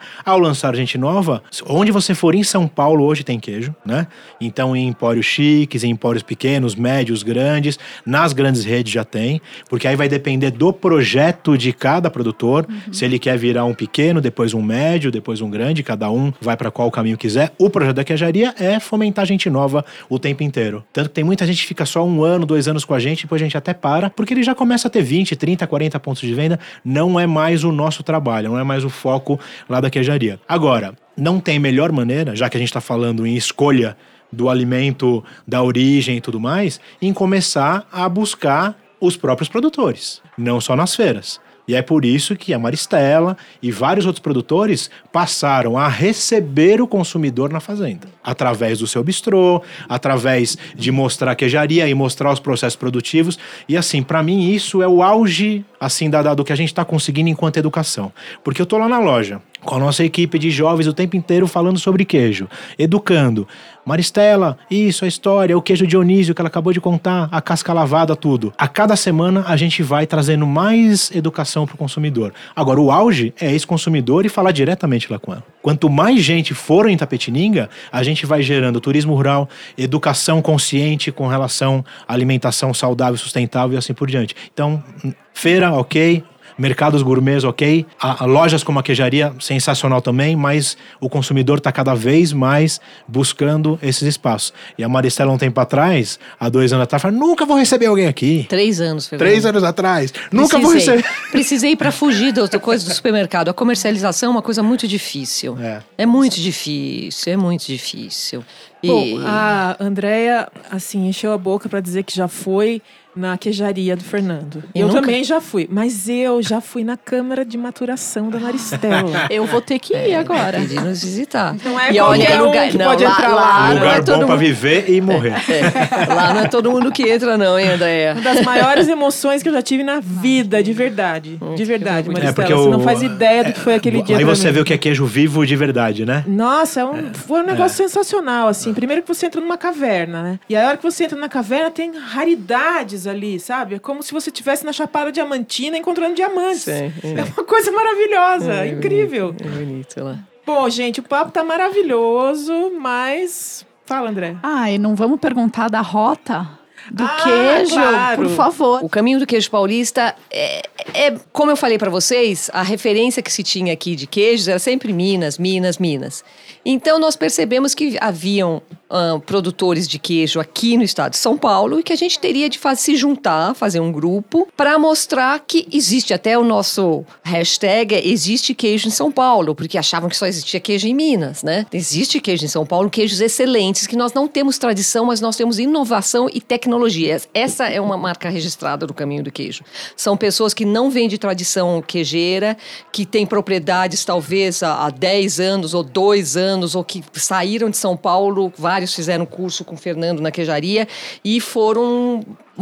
Speaker 4: lançar gente nova, onde você for em São Paulo hoje tem queijo, né? Então em empórios chiques, em empórios pequenos, médios, grandes, nas grandes redes já tem, porque aí vai depender do projeto de cada produtor, uhum. se ele quer virar um pequeno, depois um médio, depois um grande, cada um vai para qual caminho quiser. O projeto da queijaria é fomentar gente nova o tempo inteiro. Tanto que tem muita gente que fica só um ano, dois anos com a gente, depois a gente até para, porque ele já começa a ter vinte, trinta, quarenta pontos de venda, não é mais o nosso trabalho, não é mais o foco lá da queijaria. Agora, não tem melhor maneira, já que a gente está falando em escolha do alimento, da origem e tudo mais, em começar a buscar os próprios produtores, não só nas feiras. E é por isso que a Maristela e vários outros produtores passaram a receber o consumidor na fazenda. Através do seu bistrô, através de mostrar a queijaria e mostrar os processos produtivos. E assim, para mim isso é o auge assim, da, do que a gente está conseguindo enquanto educação. Porque eu tô lá na loja, com a nossa equipe de jovens o tempo inteiro falando sobre queijo, educando. Maristela, isso, a história, o queijo Dionísio que ela acabou de contar, a casca lavada, tudo. A cada semana a gente vai trazendo mais educação para o consumidor. Agora, o auge é esse consumidor e falar diretamente lá com ela. Quanto mais gente for em Itapetininga, a gente vai gerando turismo rural, educação consciente com relação à alimentação saudável, sustentável e assim por diante. Então, feira, ok. Mercados gourmets, ok. A, a lojas como a queijaria, sensacional também, mas o consumidor está cada vez mais buscando esses espaços. E a Maristela, um tempo atrás, há dois anos atrás, falou, nunca vou receber alguém aqui.
Speaker 3: Três anos, Fernando.
Speaker 4: Três anos atrás.
Speaker 3: Precisei.
Speaker 4: Nunca vou receber.
Speaker 3: Precisei para fugir da coisa do supermercado. A comercialização é uma coisa muito difícil. É, é muito difícil, é muito difícil. E...
Speaker 1: Bom, a Andréia, assim, encheu a boca para dizer que já foi na queijaria do Fernando. E eu nunca... também já fui. Mas eu já fui na Câmara de Maturação da Maristela.
Speaker 2: Eu vou ter que ir é, agora.
Speaker 3: Pedi nos visitar.
Speaker 1: Não é e qualquer olha, um lugar, que não, pode lá, entrar lá.
Speaker 4: lá lugar
Speaker 1: não
Speaker 4: é bom mundo... para viver e morrer.
Speaker 3: É, lá não é todo mundo que entra não, hein, Andréia?
Speaker 1: Uma das maiores emoções que eu já tive na vida, de verdade. De verdade, Maristela. É você
Speaker 4: o...
Speaker 1: não faz ideia do que foi aquele dia.
Speaker 4: Aí você
Speaker 1: mim.
Speaker 4: vê o que é queijo vivo de verdade, né?
Speaker 1: Nossa, é um, foi um negócio é. sensacional, assim. Primeiro que você entra numa caverna, né? E aí, a hora que você entra na caverna, tem raridades ali, sabe? É como se você estivesse na Chapada Diamantina encontrando diamantes. Sim, é. é uma coisa maravilhosa, é, incrível.
Speaker 3: É bonito lá.
Speaker 1: Bom, gente, o papo tá maravilhoso, mas... Fala, André.
Speaker 2: Ah, e não vamos perguntar da rota do
Speaker 1: ah,
Speaker 2: queijo,
Speaker 1: claro.
Speaker 2: por favor.
Speaker 3: O caminho do queijo paulista é, é, como eu falei para vocês, a referência que se tinha aqui de queijos era sempre Minas, Minas, Minas. Então, nós percebemos que haviam uh, produtores de queijo aqui no estado de São Paulo e que a gente teria de faz, se juntar, fazer um grupo para mostrar que existe até o nosso hashtag existe queijo em São Paulo, porque achavam que só existia queijo em Minas, né? Existe queijo em São Paulo, queijos excelentes, que nós não temos tradição, mas nós temos inovação e tecnologia. Essa é uma marca registrada do caminho do queijo. São pessoas que não vêm de tradição queijeira, que têm propriedades talvez há, há dez anos ou dois anos, ou que saíram de São Paulo, vários fizeram curso com o Fernando na queijaria e foram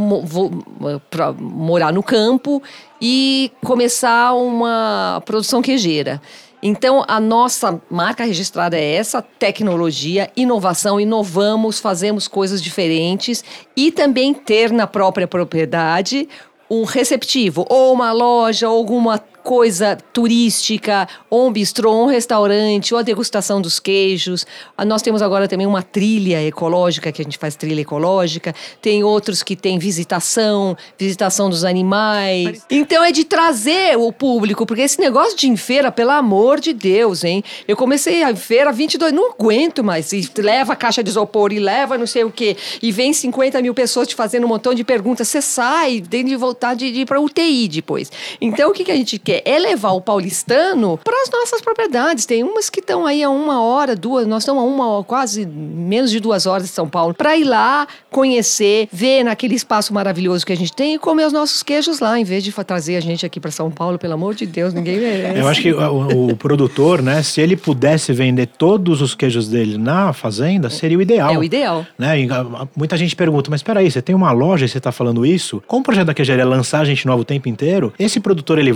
Speaker 3: para morar no campo e começar uma produção queijeira. Então, a nossa marca registrada é essa, tecnologia, inovação, inovamos, fazemos coisas diferentes e também ter na própria propriedade um receptivo, ou uma loja, ou alguma coisa turística, ou um bistrô, ou um restaurante, ou a degustação dos queijos. Nós temos agora também uma trilha ecológica, que a gente faz trilha ecológica. Tem outros que tem visitação, visitação dos animais. Então é de trazer o público, porque esse negócio de ir em feira, pelo amor de Deus, hein? Eu comecei a feira vinte e dois, não aguento mais. E leva a caixa de isopor e leva não sei o quê. E vem cinquenta mil pessoas te fazendo um montão de perguntas. Você sai, tem de voltar de, de ir para U T I depois. Então o que, que a gente quer? É levar o paulistano para as nossas propriedades. Tem umas que estão aí a uma hora, duas, nós estamos a uma, quase menos de duas horas de São Paulo, para ir lá, conhecer, ver naquele espaço maravilhoso que a gente tem e comer os nossos queijos lá, em vez de trazer a gente aqui para São Paulo, pelo amor de Deus, ninguém merece.
Speaker 4: Eu acho que o, o produtor, né, se ele pudesse vender todos os queijos dele na fazenda, seria o ideal.
Speaker 3: É o ideal.
Speaker 4: Né? E, a, muita gente pergunta, mas espera aí, você tem uma loja e você está falando isso? Com o projeto da queijaria lançar a gente nova o tempo inteiro, esse produtor ele vai ficando conhecido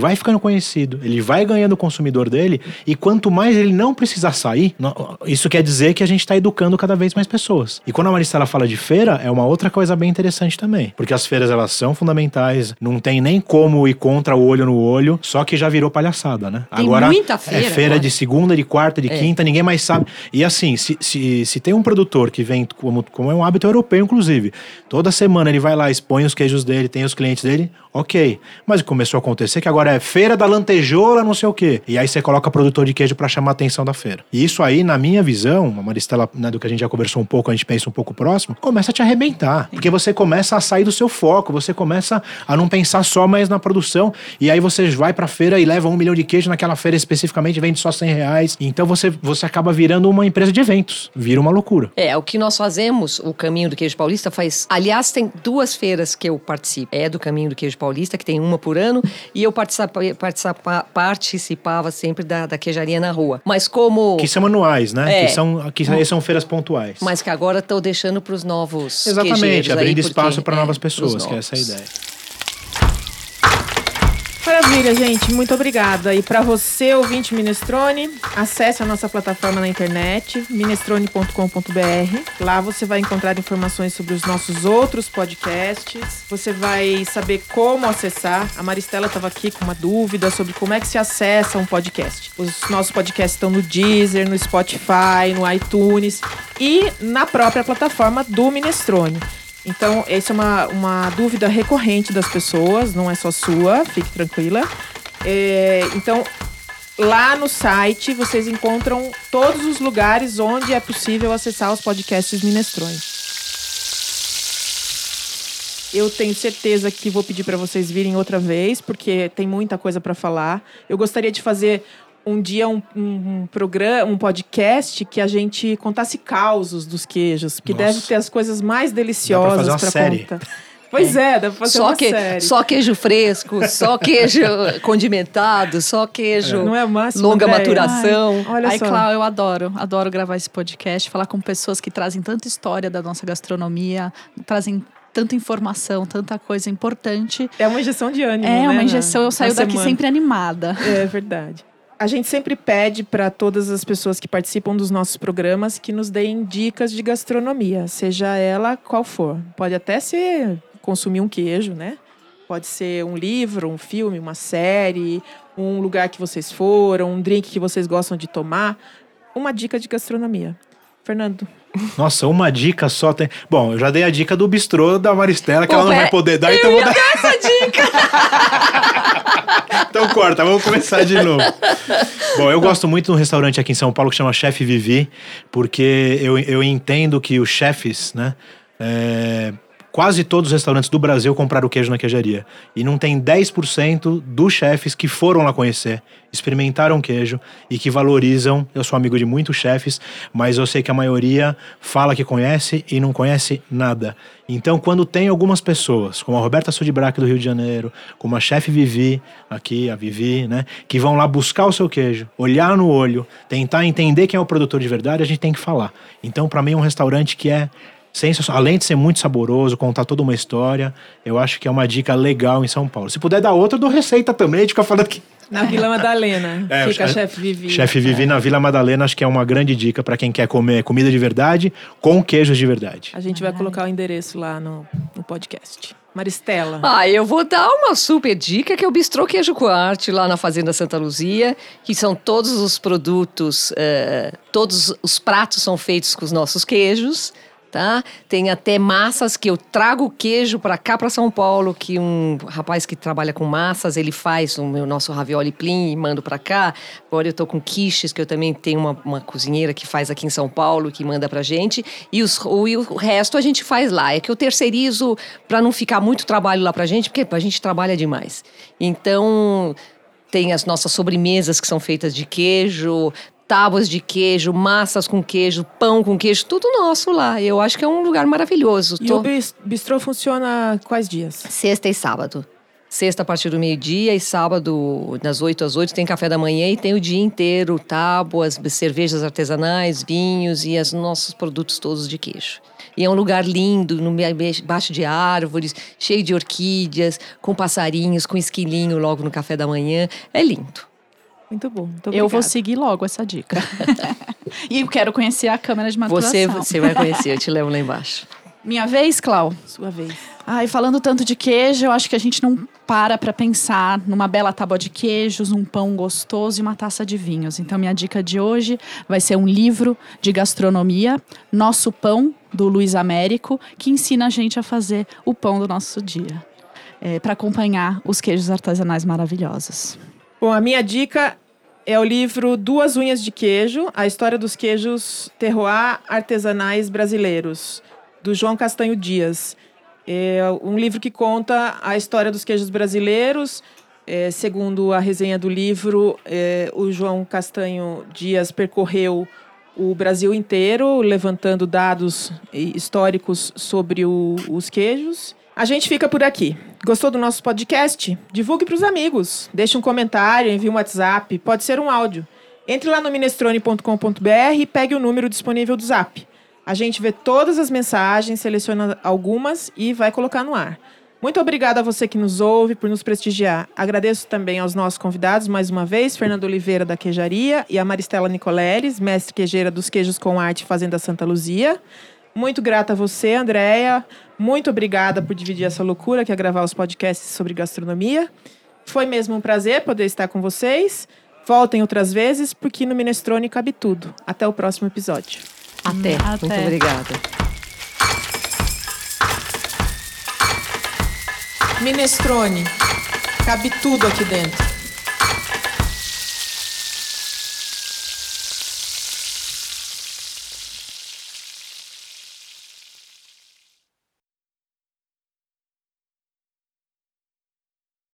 Speaker 4: conhecido, ele vai ganhando o consumidor dele, e quanto mais ele não precisar sair, isso quer dizer que a gente está educando cada vez mais pessoas. E quando a Maristela fala de feira, é uma outra coisa bem interessante também, porque as feiras, elas são fundamentais, não tem nem como ir contra o olho no olho, só que já virou palhaçada, né?
Speaker 3: Tem
Speaker 4: Agora,
Speaker 3: muita feira.
Speaker 4: É feira
Speaker 3: agora.
Speaker 4: de segunda, de quarta, de
Speaker 3: É.
Speaker 4: quinta, ninguém mais sabe. E assim, se, se, se tem um produtor que vem, como, como é um hábito europeu, inclusive, toda semana ele vai lá, expõe os queijos dele, tem os clientes dele, ok. Mas começou a acontecer que agora é feira da lantejola, não sei o quê. E aí você coloca produtor de queijo pra chamar a atenção da feira. E isso aí, na minha visão, a Maristela, né, do que a gente já conversou um pouco, a gente pensa um pouco próximo, começa a te arrebentar. Porque você começa a sair do seu foco, você começa a não pensar só mais na produção, e aí você vai pra feira e leva um milhão de queijo naquela feira especificamente, vende só cem reais. Então você, você acaba virando uma empresa de eventos. Vira uma loucura.
Speaker 3: É, o que nós fazemos, o Caminho do Queijo Paulista faz... Aliás, tem duas feiras que eu participo. É do Caminho do Queijo Paulista, que tem uma por ano, e eu participa, participa, participava sempre da, da queijaria na rua. Mas como...
Speaker 4: Que são anuais, né?
Speaker 3: É.
Speaker 4: Que são, que são, são feiras pontuais.
Speaker 3: Mas que agora estou deixando para os novos
Speaker 4: Exatamente,
Speaker 3: queijeiros
Speaker 4: abrindo
Speaker 3: aí,
Speaker 4: espaço
Speaker 3: porque-
Speaker 4: para novas
Speaker 3: é,
Speaker 4: pessoas,
Speaker 3: pros
Speaker 4: que é essa a
Speaker 3: novos.
Speaker 4: ideia.
Speaker 1: Maravilha, gente. Muito obrigada. E para você, ouvinte Minestrone, acesse a nossa plataforma na internet, minestrone ponto com ponto b r. Lá você vai encontrar informações sobre os nossos outros podcasts. Você vai saber como acessar. A Maristela estava aqui com uma dúvida sobre como é que se acessa um podcast. Os nossos podcasts estão no Deezer, no Spotify, no iTunes e na própria plataforma do Minestrone. Então, essa é uma, uma dúvida recorrente das pessoas, não é só sua, fique tranquila. É, então, lá no site vocês encontram todos os lugares onde é possível acessar os podcasts Minestrone. Eu tenho certeza que vou pedir para vocês virem outra vez, porque tem muita coisa para falar. Eu gostaria de fazer um dia um, um, um programa, um podcast que a gente contasse causos dos queijos, que
Speaker 4: Nossa.
Speaker 1: deve ter as coisas mais deliciosas
Speaker 4: fazer uma
Speaker 1: para
Speaker 4: série.
Speaker 1: contar. Pois é, dá pra fazer
Speaker 3: Só,
Speaker 1: uma
Speaker 3: que,
Speaker 1: série.
Speaker 3: só queijo fresco, só queijo condimentado, só queijo
Speaker 1: Não é o máximo,
Speaker 3: longa
Speaker 1: Andréia?
Speaker 3: maturação.
Speaker 1: Olha
Speaker 2: Ai,
Speaker 1: só.
Speaker 2: Clau, eu adoro. Adoro gravar esse podcast, falar com pessoas que trazem tanta história da nossa gastronomia, trazem tanta informação, tanta coisa importante.
Speaker 1: É uma injeção de ânimo,
Speaker 2: É
Speaker 1: né,
Speaker 2: uma
Speaker 1: na-
Speaker 2: injeção, eu
Speaker 1: na
Speaker 2: saio daqui
Speaker 1: semana.
Speaker 2: sempre animada.
Speaker 1: É verdade. A gente sempre pede para todas as pessoas que participam dos nossos programas que nos deem dicas de gastronomia, seja ela qual for. Pode até ser consumir um queijo, né? Pode ser um livro, um filme, uma série, um lugar que vocês foram, um drink que vocês gostam de tomar. Uma dica de gastronomia. Fernando.
Speaker 4: Nossa, uma dica só tem... Bom, eu já dei a dica do bistrô da Maristela, que
Speaker 3: Pô,
Speaker 4: ela não
Speaker 3: pera-
Speaker 4: vai poder dar, então eu vou dar essa dica. Então corta, vamos começar de novo. Bom, eu gosto muito de um restaurante aqui em São Paulo que chama Chef Vivi, porque eu, eu entendo que os chefes, né... é, quase todos os restaurantes do Brasil compraram queijo na queijaria. E não tem dez por cento dos chefes que foram lá conhecer, experimentaram queijo e que valorizam. Eu sou amigo de muitos chefes, mas eu sei que a maioria fala que conhece e não conhece nada. Então, quando tem algumas pessoas, como a Roberta Sudibrac do Rio de Janeiro, como a Chef Vivi, aqui, a Vivi, né, que vão lá buscar o seu queijo, olhar no olho, tentar entender quem é o produtor de verdade, a gente tem que falar. Então, para mim, é um restaurante que é sensacional. Além de ser muito saboroso, contar toda uma história, eu acho que é uma dica legal em São Paulo. Se puder dar outra, eu dou receita também, a gente fica falando que...
Speaker 1: Na Vila Madalena.
Speaker 4: É,
Speaker 1: Fica
Speaker 4: a-
Speaker 1: Chef Vivi.
Speaker 4: Chef Vivi na Vila Madalena, acho que é uma grande dica para quem quer comer comida de verdade com queijos de verdade.
Speaker 1: A gente vai colocar o endereço lá no, no podcast. Maristela.
Speaker 3: Ah, eu vou dar uma super dica que é o Bistrô Queijo Quarte, lá na Fazenda Santa Luzia, que são todos os produtos, eh, todos os pratos são feitos com os nossos queijos, tá? Tem até massas que eu trago o queijo para cá, para São Paulo, que um rapaz que trabalha com massas, ele faz o meu nosso ravioli plim e mando para cá. Agora eu tô com quiches, que eu também tenho uma, uma cozinheira que faz aqui em São Paulo, que manda pra gente. E, os, o, e o resto a gente faz lá. É que eu terceirizo para não ficar muito trabalho lá pra gente, porque a gente trabalha demais. Então, tem as nossas sobremesas que são feitas de queijo, tábuas de queijo, massas com queijo, pão com queijo, tudo nosso lá. Eu acho que é um lugar maravilhoso.
Speaker 1: E
Speaker 3: Tô-
Speaker 1: o bis- bistrô funciona quais dias?
Speaker 3: Sexta e sábado. Sexta a partir do meio-dia e sábado das oito às oito tem café da manhã e tem o dia inteiro tábuas, cervejas artesanais, vinhos e os nossos produtos todos de queijo. E é um lugar lindo, no baixo de árvores, cheio de orquídeas, com passarinhos, com esquilinho logo no café da manhã. É lindo.
Speaker 1: Muito bom, muito
Speaker 2: Eu vou
Speaker 1: obrigada.
Speaker 2: seguir logo essa dica. E eu quero conhecer a câmara de maturação.
Speaker 3: Você, você vai conhecer, eu te levo lá embaixo.
Speaker 2: Minha vez, Clau?
Speaker 1: Sua vez.
Speaker 2: Ai, falando tanto de queijo, eu acho que a gente não para pra pensar numa bela tábua de queijos, um pão gostoso e uma taça de vinhos. Então, minha dica de hoje vai ser um livro de gastronomia, Nosso Pão, do Luiz Américo, que ensina a gente a fazer o pão do nosso dia, é, para acompanhar os queijos artesanais maravilhosos.
Speaker 1: Bom, a minha dica é o livro Duas Unhas de Queijo, a história dos queijos terroir artesanais brasileiros, do João Castanho Dias. É um livro que conta a história dos queijos brasileiros. É, segundo a resenha do livro, é, o João Castanho Dias percorreu o Brasil inteiro, levantando dados históricos sobre o, os queijos. A gente fica por aqui. Gostou do nosso podcast? Divulgue para os amigos. Deixe um comentário, envie um WhatsApp, pode ser um áudio. Entre lá no minestrone ponto com ponto b r e pegue o número disponível do Zap. A gente vê todas as mensagens, seleciona algumas e vai colocar no ar. Muito obrigada a você que nos ouve, por nos prestigiar. Agradeço também aos nossos convidados, mais uma vez, Fernando Oliveira, da Queijaria, e a Maristela Nicoleles, mestre queijeira dos queijos com arte Fazenda Santa Luzia. Muito grata a você, Andréia. Muito obrigada por dividir essa loucura que é gravar os podcasts sobre gastronomia. Foi mesmo um prazer poder estar com vocês. Voltem outras vezes, porque no Minestrone cabe tudo. Até o próximo episódio.
Speaker 3: Até.
Speaker 2: Até.
Speaker 3: Muito obrigada.
Speaker 1: Minestrone, cabe tudo aqui dentro.